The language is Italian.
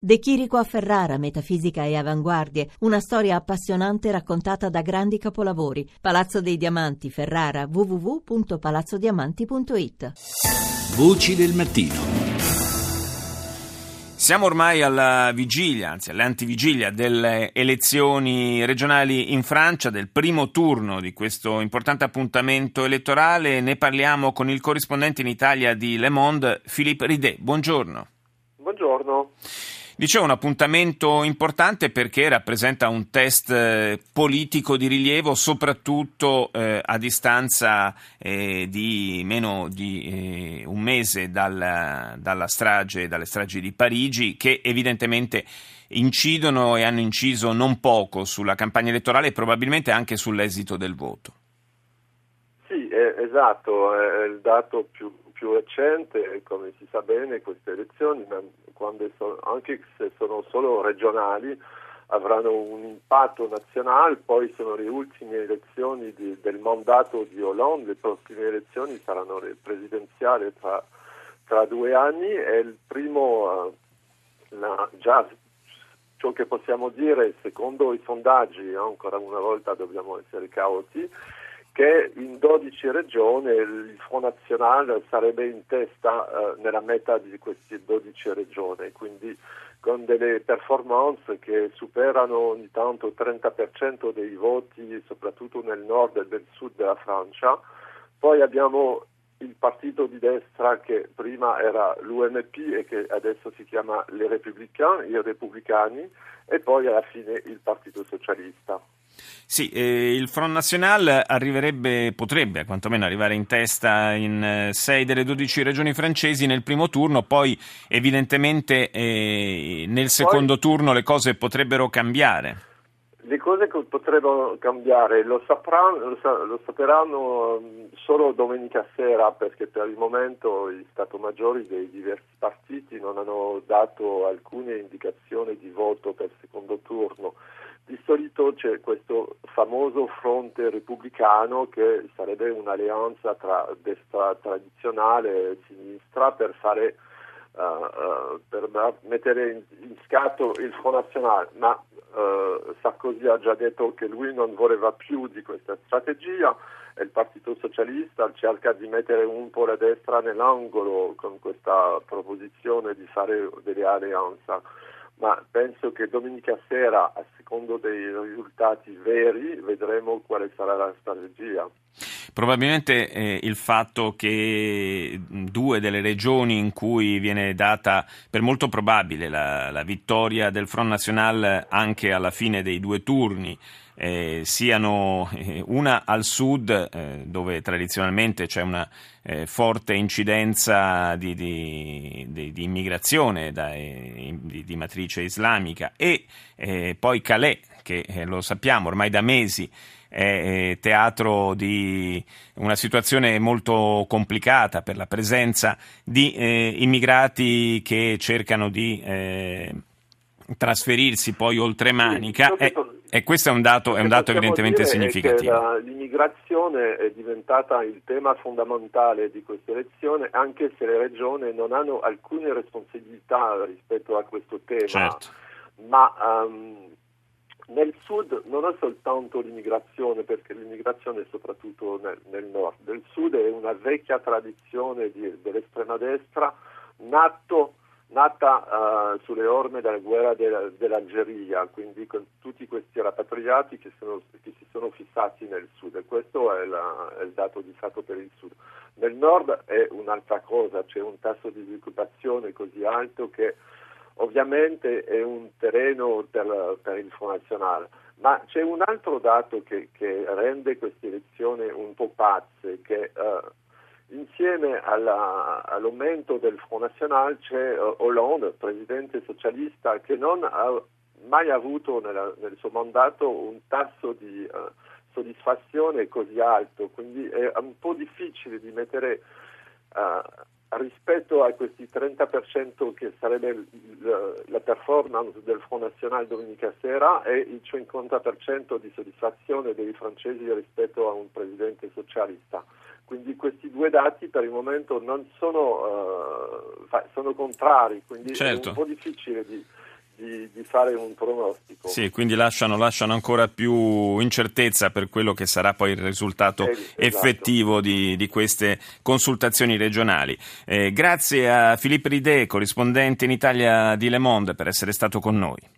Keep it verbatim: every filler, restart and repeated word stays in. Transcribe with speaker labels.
Speaker 1: De Chirico a Ferrara, metafisica e avanguardie, una storia appassionante raccontata da grandi capolavori. Palazzo dei Diamanti, Ferrara, w w w punto palazzo diamanti punto i t.
Speaker 2: Voci del mattino.
Speaker 3: Siamo ormai alla vigilia, anzi all'antivigilia delle elezioni regionali in Francia, del primo turno di questo importante appuntamento elettorale. Ne parliamo con il corrispondente in Italia di Le Monde, Philippe Ridé. Buongiorno.
Speaker 4: Buongiorno.
Speaker 3: Dicevo, un appuntamento importante perché rappresenta un test eh, politico di rilievo, soprattutto eh, a distanza eh, di meno di eh, un mese dalla, dalla strage, dalle stragi di Parigi, che evidentemente incidono e hanno inciso non poco sulla campagna elettorale e probabilmente anche sull'esito del voto.
Speaker 4: Sì, è, esatto, è il dato più, più recente, come si sa bene, queste elezioni, ma quando sono, anche se sono solo regionali, avranno un impatto nazionale. Poi sono le ultime elezioni di, del mandato di Hollande, le prossime elezioni saranno le presidenziali tra, tra due anni, e il primo, uh, la, già ciò che possiamo dire, secondo i sondaggi, ancora una volta dobbiamo essere cauti, che in dodici regioni il Front National sarebbe in testa eh, nella metà di queste dodici regioni, quindi con delle performance che superano ogni tanto il trenta per cento dei voti, soprattutto nel nord e nel sud della Francia. Poi abbiamo il partito di destra che prima era l'U M P e che adesso si chiama Les Républicains, i Repubblicani, e poi alla fine il Partito Socialista.
Speaker 3: Sì, eh, il Front National arriverebbe, potrebbe quantomeno arrivare in testa in eh, sei delle dodici regioni francesi nel primo turno, poi evidentemente eh, nel secondo
Speaker 4: poi,
Speaker 3: turno le cose potrebbero cambiare.
Speaker 4: Le cose che potrebbero cambiare lo, sapranno, lo, sa, lo saperanno um, solo domenica sera, perché per il momento gli Stato Maggiori dei diversi partiti non hanno dato alcune indicazioni di voto per il secondo turno. Di solito c'è questo famoso fronte repubblicano, che sarebbe un'alleanza tra destra tradizionale e sinistra per fare uh, uh, per mettere in, in scatto il Front National, ma uh, Sarkozy ha già detto che lui non voleva più di questa strategia, e il Partito Socialista cerca di mettere un po' la destra nell'angolo con questa proposizione di fare delle alleanze. Ma penso che domenica sera, a secondo dei risultati veri, vedremo quale sarà la strategia.
Speaker 3: Probabilmente eh, il fatto che due delle regioni in cui viene data per molto probabile la, la vittoria del Front National anche alla fine dei due turni eh, siano eh, una al sud, eh, dove tradizionalmente c'è una eh, forte incidenza di, di, di, di immigrazione da, eh, di, di matrice islamica, e eh, poi Calais, che eh, lo sappiamo ormai da mesi è teatro di una situazione molto complicata per la presenza di eh, immigrati che cercano di eh, trasferirsi poi oltremanica,
Speaker 4: sì,
Speaker 3: e, e questo è un dato, è un dato evidentemente significativo.
Speaker 4: È che la, l'immigrazione è diventata il tema fondamentale di questa elezione, anche se le regioni non hanno alcune responsabilità rispetto a questo tema.
Speaker 3: Certo.
Speaker 4: Ma um, nel sud non è soltanto l'immigrazione, perché l'immigrazione è soprattutto nel, nel nord. Nel sud è una vecchia tradizione di, dell'estrema destra, nato, nata uh, sulle orme della guerra della, dell'Algeria, quindi con tutti questi rapatriati che, sono, che si sono fissati nel sud, e questo è, la, è il dato di fatto per il sud. Nel nord è un'altra cosa, c'è un tasso di disoccupazione così alto che ovviamente è un terreno per, per il Front National, ma c'è un altro dato che, che rende queste elezioni un po' pazze, che uh, insieme alla, all'aumento del Front National c'è uh, Hollande, presidente socialista, che non ha mai avuto nella, nel suo mandato un tasso di uh, soddisfazione così alto, quindi è un po' difficile di mettere uh, rispetto a questi trenta per cento che sarebbe la performance del Front National domenica sera, e il cinquanta per cento di soddisfazione dei francesi rispetto a un presidente socialista. Quindi questi due dati per il momento non sono, uh, sono contrari, quindi
Speaker 3: certo.
Speaker 4: È un po' difficile di, di, di fare un pronostico.
Speaker 3: Sì, quindi lasciano, lasciano ancora più incertezza per quello che sarà poi il risultato
Speaker 4: Eh, esatto.
Speaker 3: effettivo di, di queste consultazioni regionali. Eh, grazie a Philippe Ridé, corrispondente in Italia di Le Monde, per essere stato con noi.